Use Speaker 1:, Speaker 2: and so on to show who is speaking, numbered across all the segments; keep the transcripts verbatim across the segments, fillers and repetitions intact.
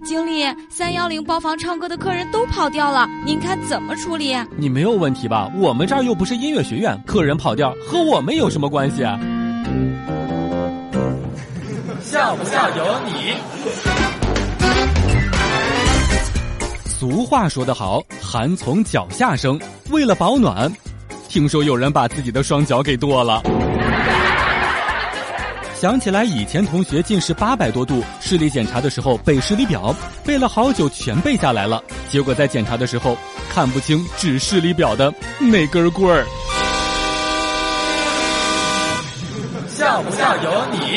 Speaker 1: 经理，三一零包房唱歌的客人都跑掉了，您看怎么处理？
Speaker 2: 你没有问题吧？我们这儿又不是音乐学院，客人跑调和我们有什么关系啊？
Speaker 3: 笑不笑由你。
Speaker 2: 俗话说得好，寒从脚下生。为了保暖，听说有人把自己的双脚给剁了。想起来以前同学近视八百多度，视力检查的时候背视力表，背了好久全背下来了，结果在检查的时候看不清指视力表的那根棍儿。
Speaker 3: 笑不笑由你。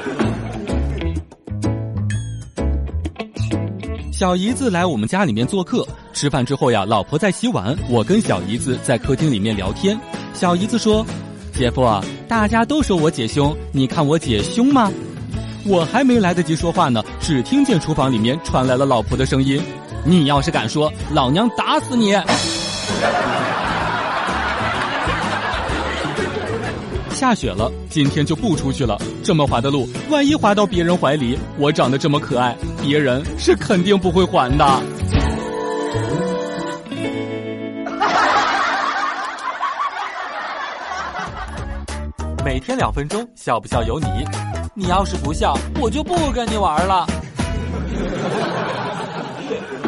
Speaker 2: 小姨子来我们家里面做客，吃饭之后呀，老婆在洗碗，我跟小姨子在客厅里面聊天。小姨子说：“姐夫啊，大家都说我姐凶，你看我姐凶吗？”我还没来得及说话呢，只听见厨房里面传来了老婆的声音：“你要是敢说，老娘打死你！”下雪了，今天就不出去了。这么滑的路，万一滑到别人怀里，我长得这么可爱，别人是肯定不会还的。每天两分钟，笑不笑由你。你要是不笑，我就不跟你玩了。